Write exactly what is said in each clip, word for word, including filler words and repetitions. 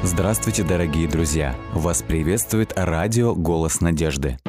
Здравствуйте, дорогие друзья! Вас приветствует радио «Голос надежды».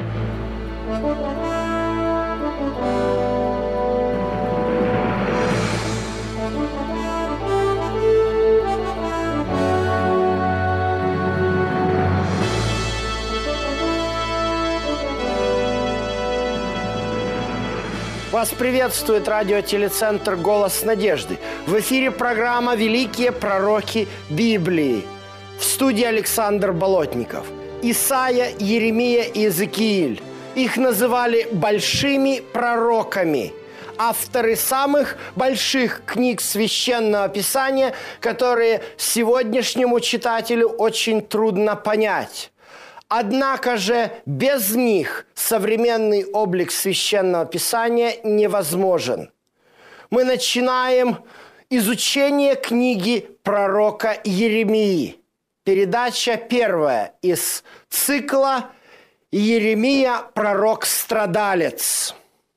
Вас приветствует радиотелецентр «Голос надежды». В эфире программа «Великие пророки Библии». В студии Александр Болотников. Исаия, Иеремия и Иезекииль. Их называли большими пророками. Авторы самых больших книг Священного Писания, которые сегодняшнему читателю очень трудно понять. Однако же без них современный облик Священного Писания невозможен. Мы начинаем изучение книги пророка Иеремии. Передача первая из цикла «Иеремия, пророк-страдалец».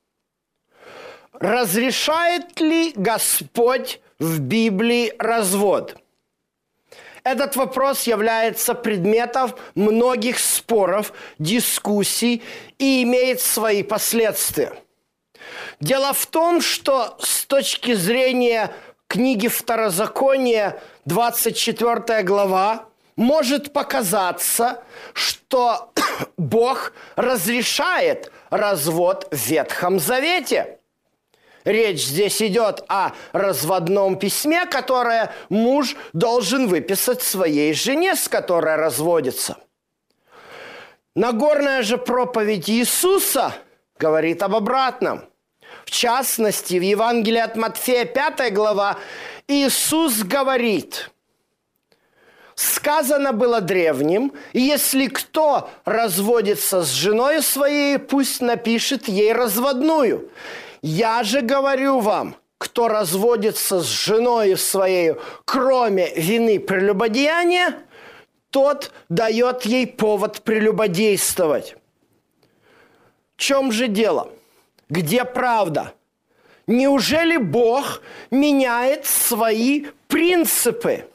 Разрешает ли Господь в Библии развод? Этот вопрос является предметом многих споров, дискуссий и имеет свои последствия. Дело в том, что с точки зрения книги Второзакония, двадцать четвёртая глава, может показаться, что Бог разрешает развод в Ветхом Завете. Речь здесь идет о разводном письме, которое муж должен выписать своей жене, с которой разводится. Нагорная же проповедь Иисуса говорит об обратном. В частности, в Евангелии от Матфея, пятая глава, Иисус говорит: «Сказано было древним, если кто разводится с женой своей, пусть напишет ей разводную. Я же говорю вам, кто разводится с женой своей, кроме вины прелюбодеяния, тот дает ей повод прелюбодействовать». В чем же дело? Где правда? Неужели Бог меняет свои принципы?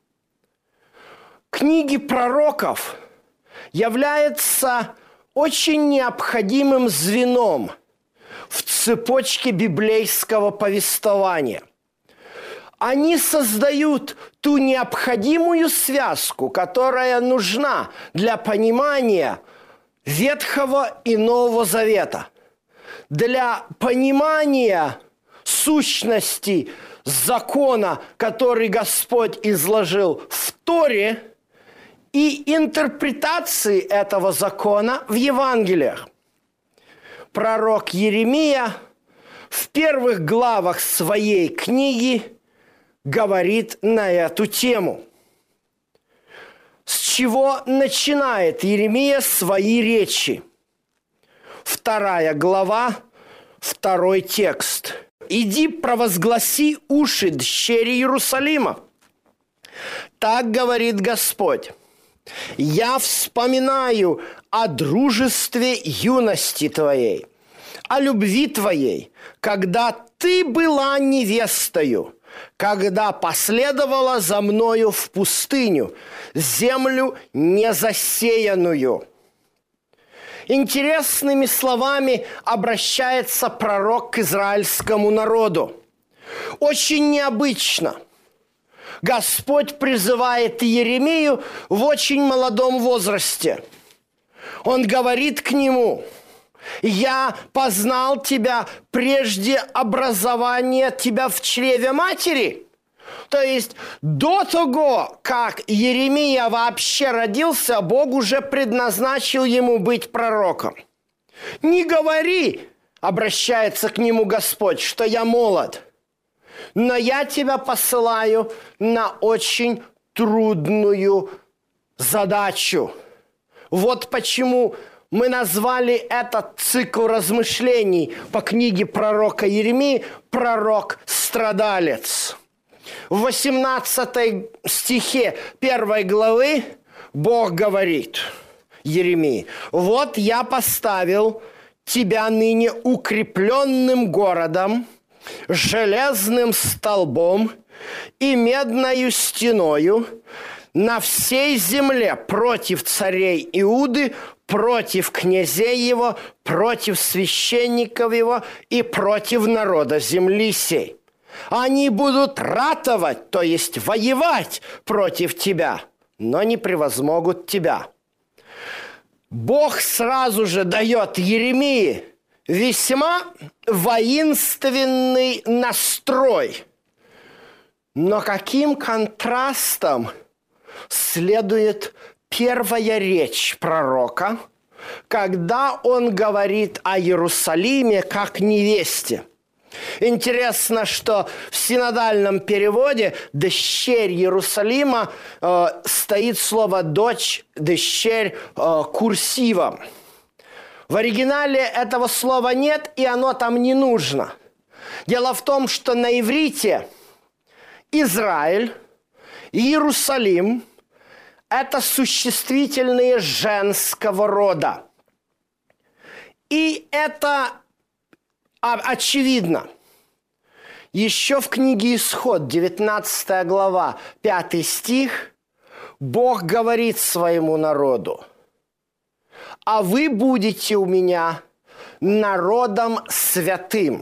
Книги пророков являются очень необходимым звеном в цепочке библейского повествования. Они создают ту необходимую связку, которая нужна для понимания Ветхого и Нового Завета, для понимания сущности закона, который Господь изложил в Торе, и интерпретации этого закона в Евангелиях. Пророк Иеремия в первых главах своей книги говорит на эту тему. С чего начинает Иеремия свои речи? Вторая глава, второй текст. «Иди, провозгласи уши дщери Иерусалима. Так говорит Господь. Я вспоминаю о дружестве юности твоей, о любви твоей, когда ты была невестою, когда последовала за мною в пустыню, землю незасеянную». Интересными словами обращается пророк к израильскому народу. Очень необычно. Господь призывает Иеремию в очень молодом возрасте. Он говорит к нему: «Я познал тебя прежде образования тебя в чреве матери». То есть до того, как Иеремия вообще родился, Бог уже предназначил ему быть пророком. «Не говори», — обращается к нему Господь, — «что я молод, но я тебя посылаю на очень трудную задачу». Вот почему мы назвали этот цикл размышлений по книге пророка Иеремии «Пророк-страдалец». В восемнадцатом стихе первой главы Бог говорит Иеремии: «Вот я поставил тебя ныне укрепленным городом, железным столбом и медною стеною, на всей земле против царей Иуды, против князей его, против священников его и против народа земли сей. Они будут ратовать, то есть воевать против тебя, но не превозмогут тебя. Бог сразу же дает Иеремии весьма воинственный настрой. Но каким контрастом следует первая речь пророка, когда он говорит о Иерусалиме как невесте. Интересно, что в синодальном переводе «дщерь Иерусалима» э, стоит слово «дочь», «дщерь» э, курсивом. В оригинале этого слова нет, и оно там не нужно. Дело в том, что на иврите Израиль, Иерусалим – это существительные женского рода. И это очевидно. Еще в книге Исход, девятнадцатая глава, пятый стих, Бог говорит своему народу: «А вы будете у меня народом святым».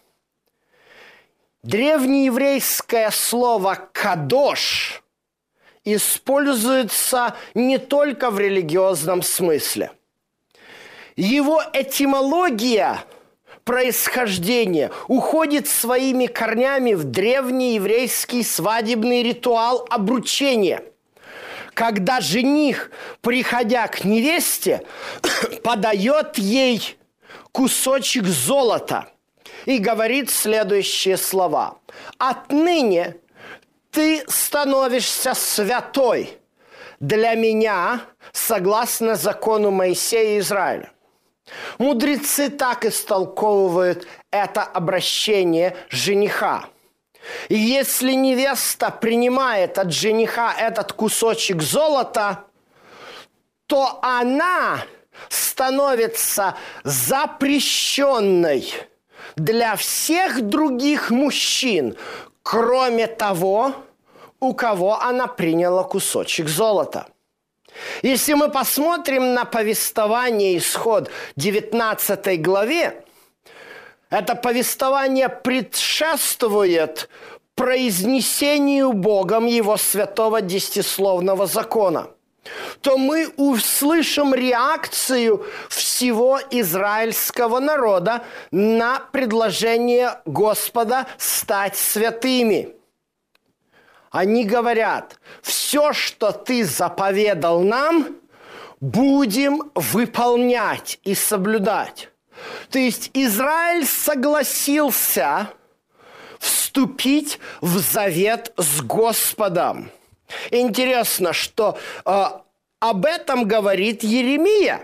Древнееврейское слово «кадош» используется не только в религиозном смысле. Его этимология, происхождение уходит своими корнями в древнееврейский свадебный ритуал обручения, когда жених, приходя к невесте, подает ей кусочек золота и говорит следующие слова: «Отныне ты становишься святой для меня согласно закону Моисея и Израиля». Мудрецы так истолковывают это обращение жениха. И если невеста принимает от жениха этот кусочек золота, то она становится запрещенной для всех других мужчин, кроме того, у кого она приняла кусочек золота. Если мы посмотрим на повествование Исход девятнадцатой главе, это повествование предшествует произнесению Богом Его святого десятисловного закона, то мы услышим реакцию всего израильского народа на предложение Господа стать святыми. Они говорят: все, что ты заповедал нам, будем выполнять и соблюдать. То есть Израиль согласился вступить в завет с Господом. Интересно, что э, об этом говорит Иеремия.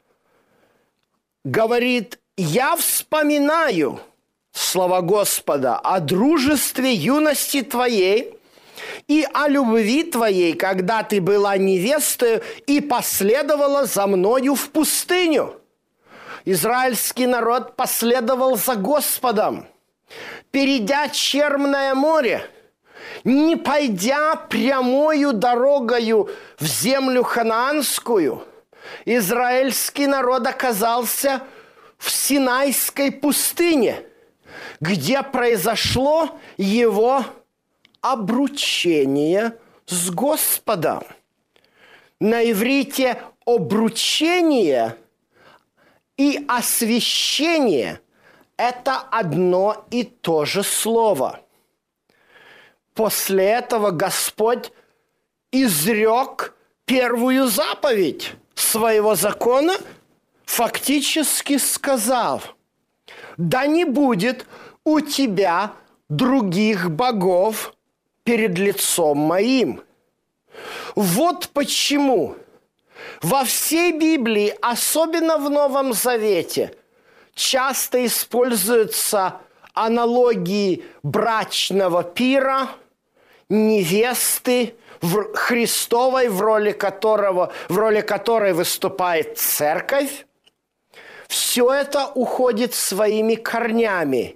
Говорит: «Я вспоминаю слова Господа о дружестве юности твоей и о любви твоей, когда ты была невестой и последовала за мною в пустыню». Израильский народ последовал за Господом, перейдя Черное море, не пойдя прямою дорогою в землю ханаанскую. Израильский народ оказался в Синайской пустыне, где произошло его обручение с Господом. На иврите обручение и освящение – это одно и то же слово. После этого Господь изрек первую заповедь своего закона, фактически сказав: «Да не будет у тебя других богов перед лицом моим». Вот почему во всей Библии, особенно в Новом Завете, часто используются аналогии брачного пира, невесты, в Христовой, в роли которого, в роли которой выступает церковь. Все это уходит своими корнями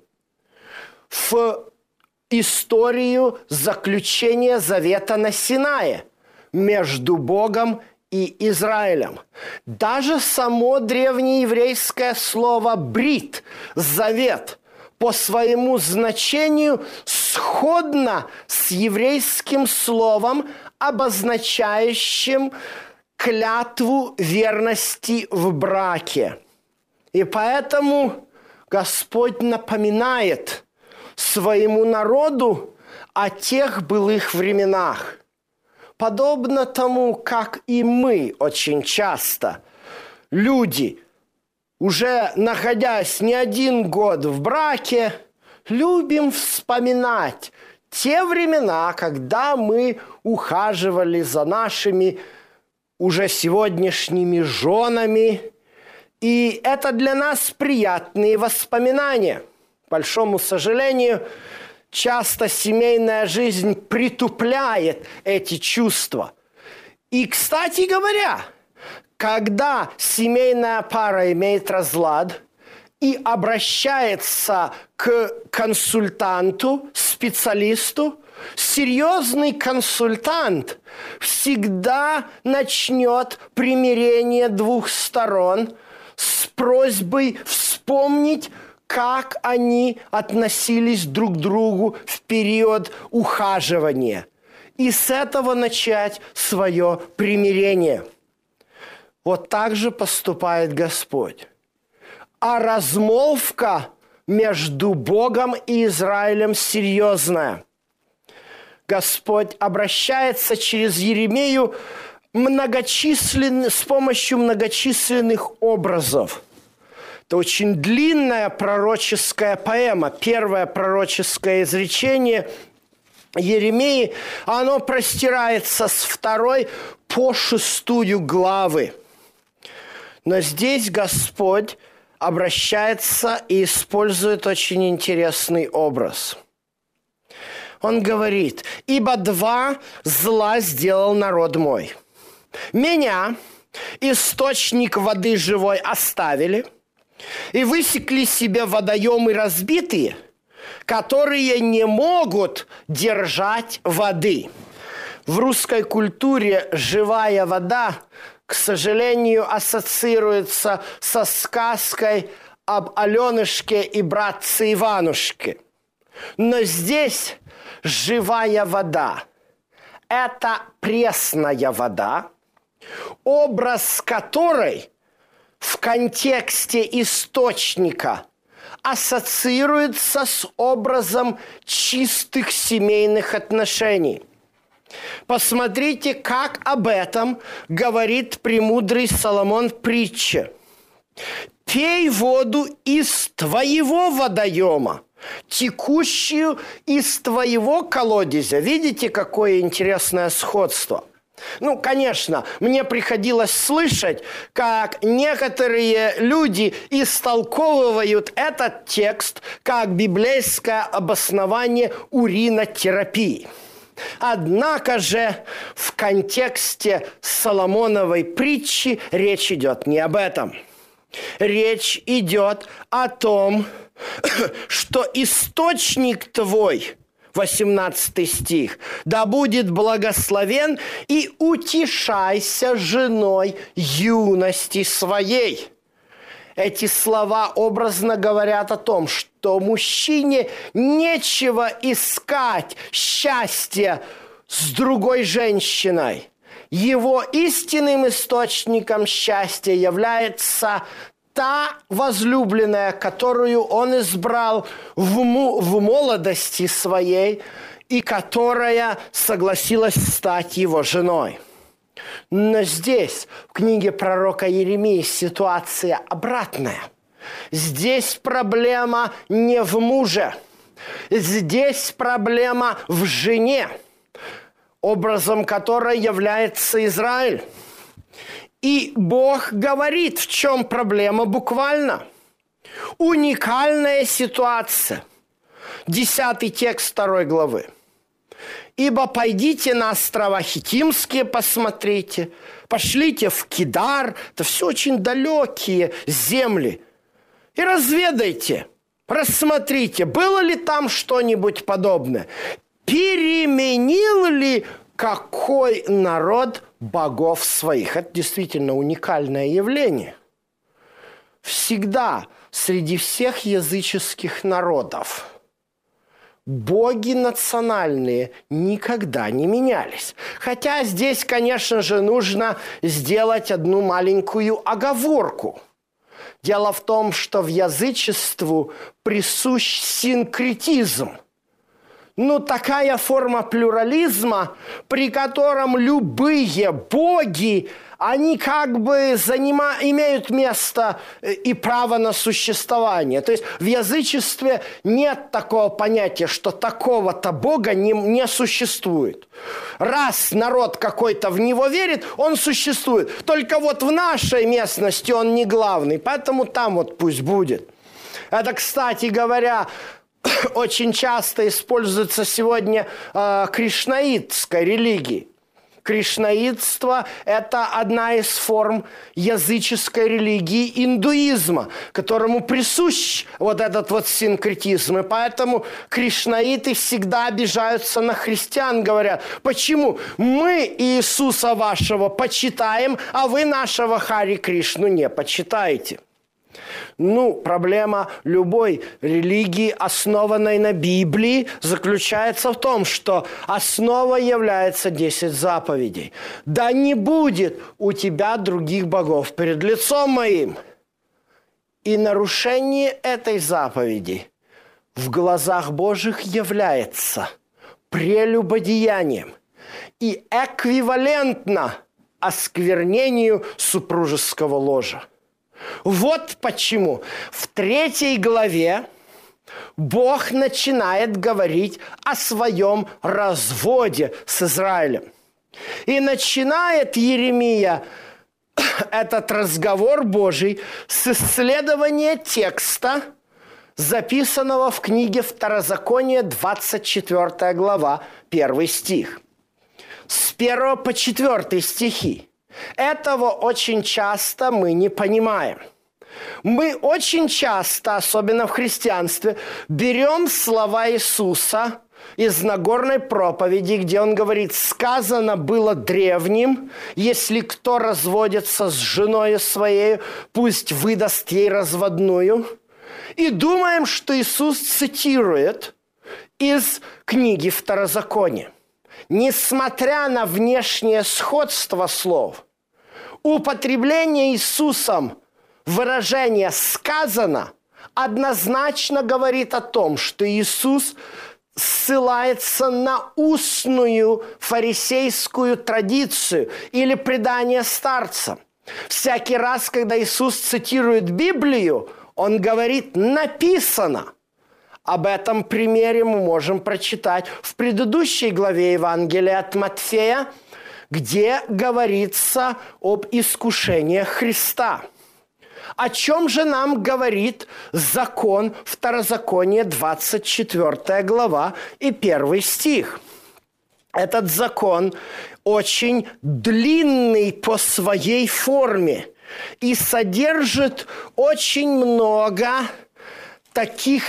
в историю заключения завета на Синае, между Богом и Израилем. Даже само древнееврейское слово «брит» – «завет» по своему значению сходно с еврейским словом, обозначающим клятву верности в браке. И поэтому Господь напоминает своему народу о тех былых временах. Подобно тому, как и мы очень часто, люди, уже находясь не один год в браке, любим вспоминать те времена, когда мы ухаживали за нашими уже сегодняшними женами. И это для нас приятные воспоминания. К большому сожалению, часто семейная жизнь притупляет эти чувства. И, кстати говоря, когда семейная пара имеет разлад и обращается к консультанту, специалисту, серьезный консультант всегда начнет примирение двух сторон с просьбой вспомнить, как они относились друг к другу в период ухаживания. И с этого начать свое примирение. Вот так же поступает Господь. А размолвка между Богом и Израилем серьезная. Господь обращается через Еремею многочислен... с помощью многочисленных образов. Это очень длинная пророческая поэма. Первое пророческое изречение Еремеи, оно простирается с второй по шестую главы. Но здесь Господь обращается и использует очень интересный образ. Он говорит: «Ибо два зла сделал народ мой. Меня, источник воды живой, оставили, и высекли себе водоемы разбитые, которые не могут держать воды». В русской культуре живая вода, к сожалению, ассоциируется со сказкой об Аленушке и братце Иванушке. Но здесь живая вода – это пресная вода, образ которой в контексте источника ассоциируется с образом чистых семейных отношений. Посмотрите, как об этом говорит премудрый Соломон в притче. «Пей воду из твоего водоема, текущую из твоего колодезя». Видите, какое интересное сходство? Ну, конечно, мне приходилось слышать, как некоторые люди истолковывают этот текст как библейское обоснование уринотерапии. Однако же в контексте Соломоновой притчи речь идет не об этом. Речь идет о том, что источник твой, восемнадцатый стих, да будет благословен, и утешайся женой юности своей. Эти слова образно говорят о том, что мужчине нечего искать счастья с другой женщиной. Его истинным источником счастья является та возлюбленная, которую он избрал в, му- в молодости своей и которая согласилась стать его женой. Но здесь, в книге пророка Иеремии, ситуация обратная. Здесь проблема не в муже. Здесь проблема в жене, образом которой является Израиль. И Бог говорит, в чем проблема буквально. Уникальная ситуация. Десятый текст второй главы. «Ибо пойдите на острова Хитимские, посмотрите, пошлите в Кидар». Это все очень далекие земли. «И разведайте, рассмотрите, было ли там что-нибудь подобное. Переменил ли какой народ богов своих. Это действительно уникальное явление. Всегда среди всех языческих народов боги национальные никогда не менялись. Хотя здесь, конечно же, нужно сделать одну маленькую оговорку. Дело в том, что в язычеству присущ синкретизм. Ну, такая форма плюрализма, при котором любые боги, они как бы занима... имеют место и право на существование. То есть в язычестве нет такого понятия, что такого-то бога не, не существует. Раз народ какой-то в него верит, он существует. Только вот в нашей местности он не главный, поэтому там вот пусть будет. Это, кстати говоря, очень часто используется сегодня э, кришнаитской религией. Кришнаитство – это одна из форм языческой религии индуизма, которому присущ вот этот вот синкретизм. И поэтому кришнаиты всегда обижаются на христиан, говорят: почему мы Иисуса вашего почитаем, а вы нашего Хари Кришну не почитаете? Ну, проблема любой религии, основанной на Библии, заключается в том, что основой является десять заповедей. Да не будет у тебя других богов перед лицом моим. И нарушение этой заповеди в глазах Божьих является прелюбодеянием и эквивалентно осквернению супружеского ложа. Вот почему в третьей главе Бог начинает говорить о своем разводе с Израилем. И начинает Иеремия этот разговор Божий с исследования текста, записанного в книге Второзаконие, двадцать четвёртая глава, первый стих. С первого по четвёртый стихи. Этого очень часто мы не понимаем. Мы очень часто, особенно в христианстве, берем слова Иисуса из Нагорной проповеди, где Он говорит: «Сказано было древним, если кто разводится с женой своей, пусть выдаст ей разводную». И думаем, что Иисус цитирует из книги Второзакония. Несмотря на внешнее сходство слов, употребление Иисусом выражения «сказано» однозначно говорит о том, что Иисус ссылается на устную фарисейскую традицию или предание старцам. Всякий раз, когда Иисус цитирует Библию, Он говорит «написано». Об этом примере мы можем прочитать в предыдущей главе Евангелия от Матфея, где говорится об искушении Христа. О чем же нам говорит закон Второзакония, двадцать четвёртая глава и первый стих? Этот закон очень длинный по своей форме и содержит очень много таких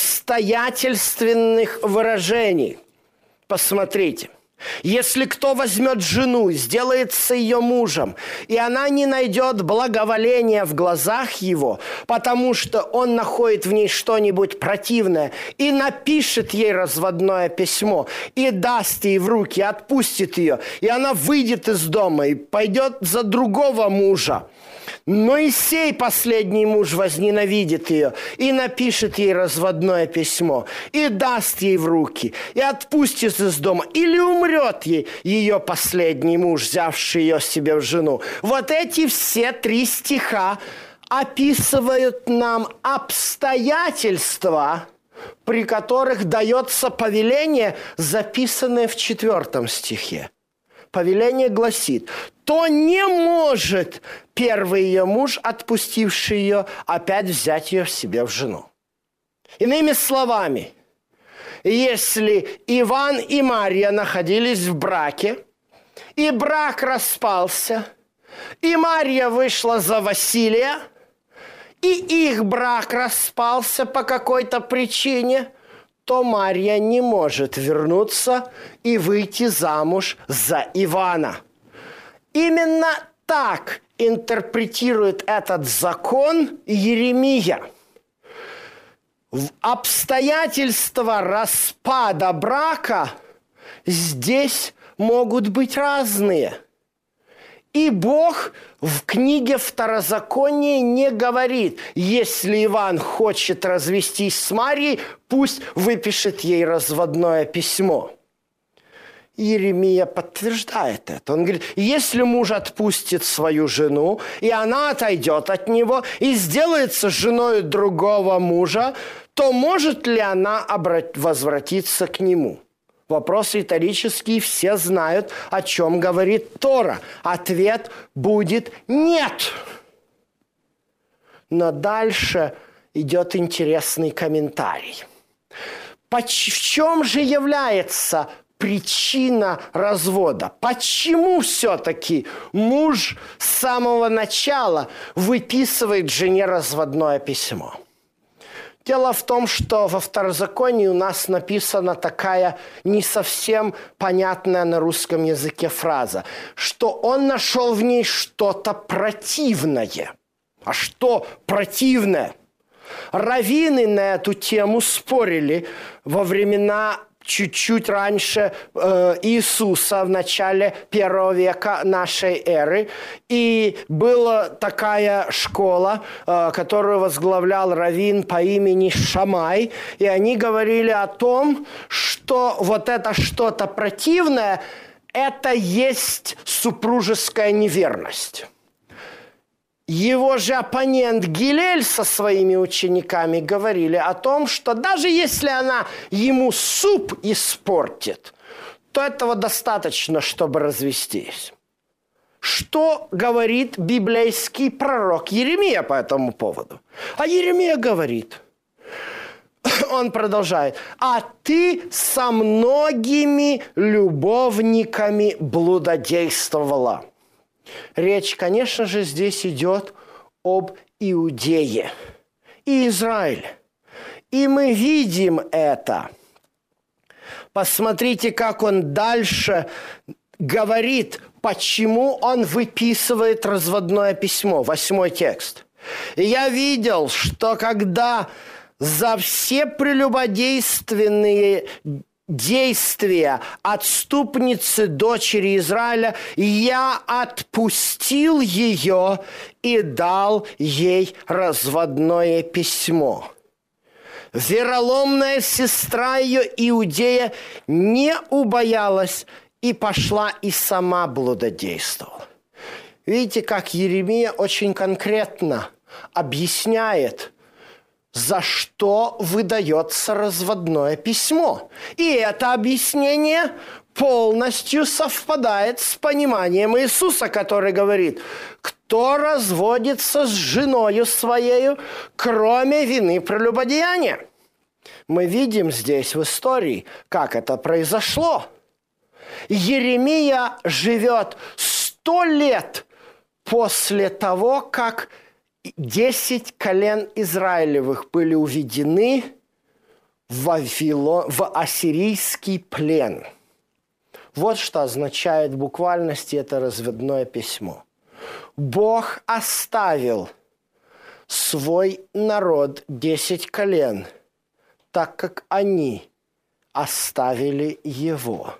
обстоятельственных выражений. Посмотрите. Если кто возьмет жену, сделается ее мужем, и она не найдет благоволения в глазах его, потому что он находит в ней что-нибудь противное, и напишет ей разводное письмо, и даст ей в руки, отпустит ее, и она выйдет из дома и пойдет за другого мужа. Но и сей последний муж возненавидит ее и напишет ей разводное письмо, и даст ей в руки, и отпустит из дома, или умрет ей ее последний муж, взявший ее себе в жену. Вот эти все три стиха описывают нам обстоятельства, при которых дается повеление, записанное в четвертом стихе. Повеление гласит: то не может первый ее муж, отпустивший ее, опять взять ее в себе в жену. Иными словами, если Иван и Марья находились в браке, и брак распался, и Марья вышла за Василия, и их брак распался по какой-то причине, то Марья не может вернуться и выйти замуж за Ивана. Именно так интерпретирует этот закон Иеремия. Обстоятельства распада брака здесь могут быть разные. И Бог в книге Второзакония не говорит, если Иван хочет развестись с Марией, пусть выпишет ей разводное письмо. Иеремия подтверждает это. Он говорит, если муж отпустит свою жену, и она отойдет от него, и сделается женой другого мужа, то может ли она возвратиться к нему? Вопрос риторический, все знают, о чем говорит Тора. Ответ будет «нет». Но дальше идет интересный комментарий. В чем же является причина развода? Почему все-таки муж с самого начала выписывает жене разводное письмо? Дело в том, что во Второзаконии у нас написана такая не совсем понятная на русском языке фраза, что он нашел в ней что-то противное. А что противное? Раввины на эту тему спорили во времена чуть-чуть раньше э, Иисуса, в начале первого века нашей эры. И была такая школа, э, которую возглавлял раввин по имени Шамай. И они говорили о том, что вот это что-то противное, это есть супружеская неверность. Его же оппонент Гилель со своими учениками говорили о том, что даже если она ему суп испортит, то этого достаточно, чтобы развестись. Что говорит библейский пророк Иеремия по этому поводу? А Иеремия говорит, он продолжает, «А ты со многими любовниками блудодействовала». Речь, конечно же, здесь идет об Иудее и Израиле. И мы видим это. Посмотрите, как он дальше говорит, почему он выписывает разводное письмо. Восьмой текст. «И я видел, что когда за все прелюбодейственные действия отступницы дочери Израиля, я отпустил ее и дал ей разводное письмо. Вероломная сестра ее, Иудея, не убоялась и пошла и сама блудодействовала». Видите, как Иеремия очень конкретно объясняет, за что выдается разводное письмо. И это объяснение полностью совпадает с пониманием Иисуса, который говорит, кто разводится с женою своею, кроме вины прелюбодеяния. Мы видим здесь в истории, как это произошло. Иеремия живет сто лет после того, как Десять колен Израилевых были уведены в, Вавилон, в ассирийский плен. Вот что означает в буквальности это разводное письмо. Бог оставил свой народ, десять колен, так как они оставили его.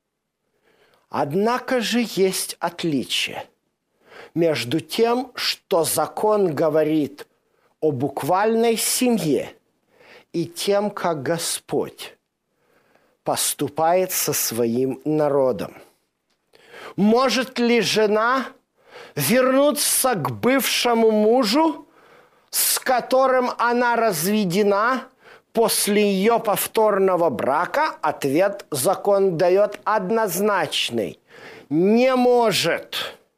Однако же есть отличие между тем, что закон говорит о буквальной семье, и тем, как Господь поступает со своим народом. Может ли жена вернуться к бывшему мужу, с которым она разведена после ее повторного брака? Ответ закон дает однозначный. Не может.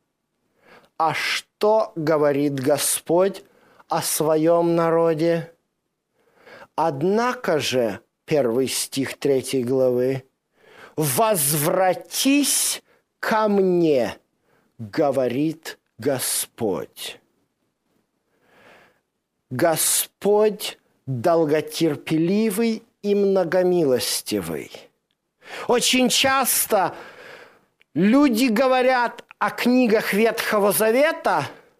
А что говорит Господь о своем народе? Однако же, первый стих третьей главы, «Возвратись ко мне, говорит Господь». Господь долготерпеливый и многомилостивый. Очень часто люди говорят о книгах Ветхого Завета,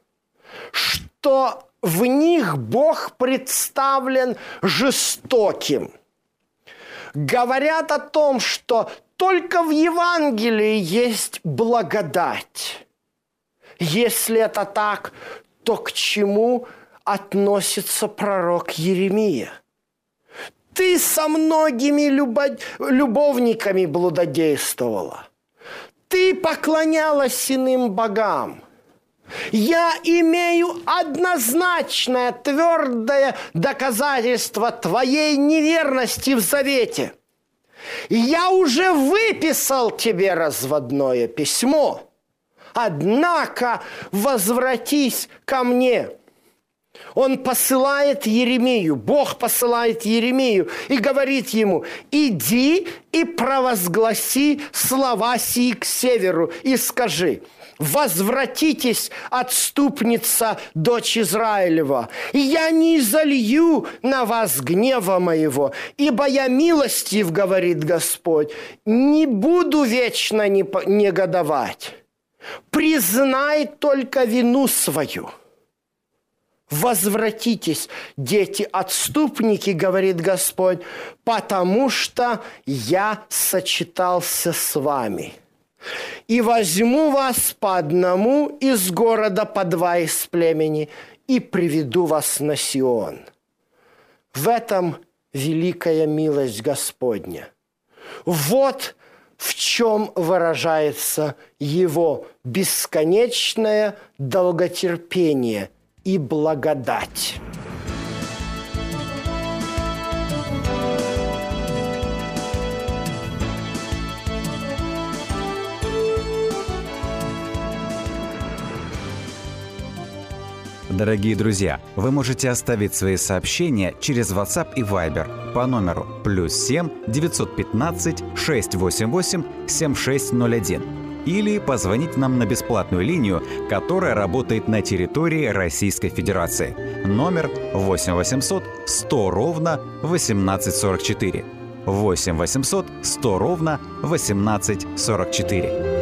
что в них Бог представлен жестоким. Говорят о том, что только в Евангелии есть благодать. Если это так, то к чему относится пророк Еремия? Ты со многими любо- любовниками блудодействовала. Ты поклонялась иным богам. Я имею однозначное, твердое доказательство твоей неверности в завете. Я уже выписал тебе разводное письмо. Однако возвратись ко мне. Он посылает Еремию, Бог посылает Еремию и говорит ему: иди и провозгласи слова сии к северу и скажи: возвратитесь, отступница, дочь Израилева, и я не изолью на вас гнева моего, ибо я милостив, говорит Господь, не буду вечно негодовать. Признай только вину свою. Возвратитесь, дети-отступники, говорит Господь, потому что я сочетался с вами. И возьму вас по одному из города, по два из племени, и приведу вас на Сион. В этом великая милость Господня. Вот в чем выражается Его бесконечное долготерпение и благодать. Дорогие друзья, вы можете оставить свои сообщения через WhatsApp и Viber по номеру плюс семь девятьсот пятнадцать шестьсот восемьдесят восемь семьдесят шесть ноль один или позвонить нам на бесплатную линию, которая работает на территории Российской Федерации. Номер восемь восемьсот сто ровно восемнадцать сорок четыре. восемь восемьсот сто ровно восемнадцать сорок четыре.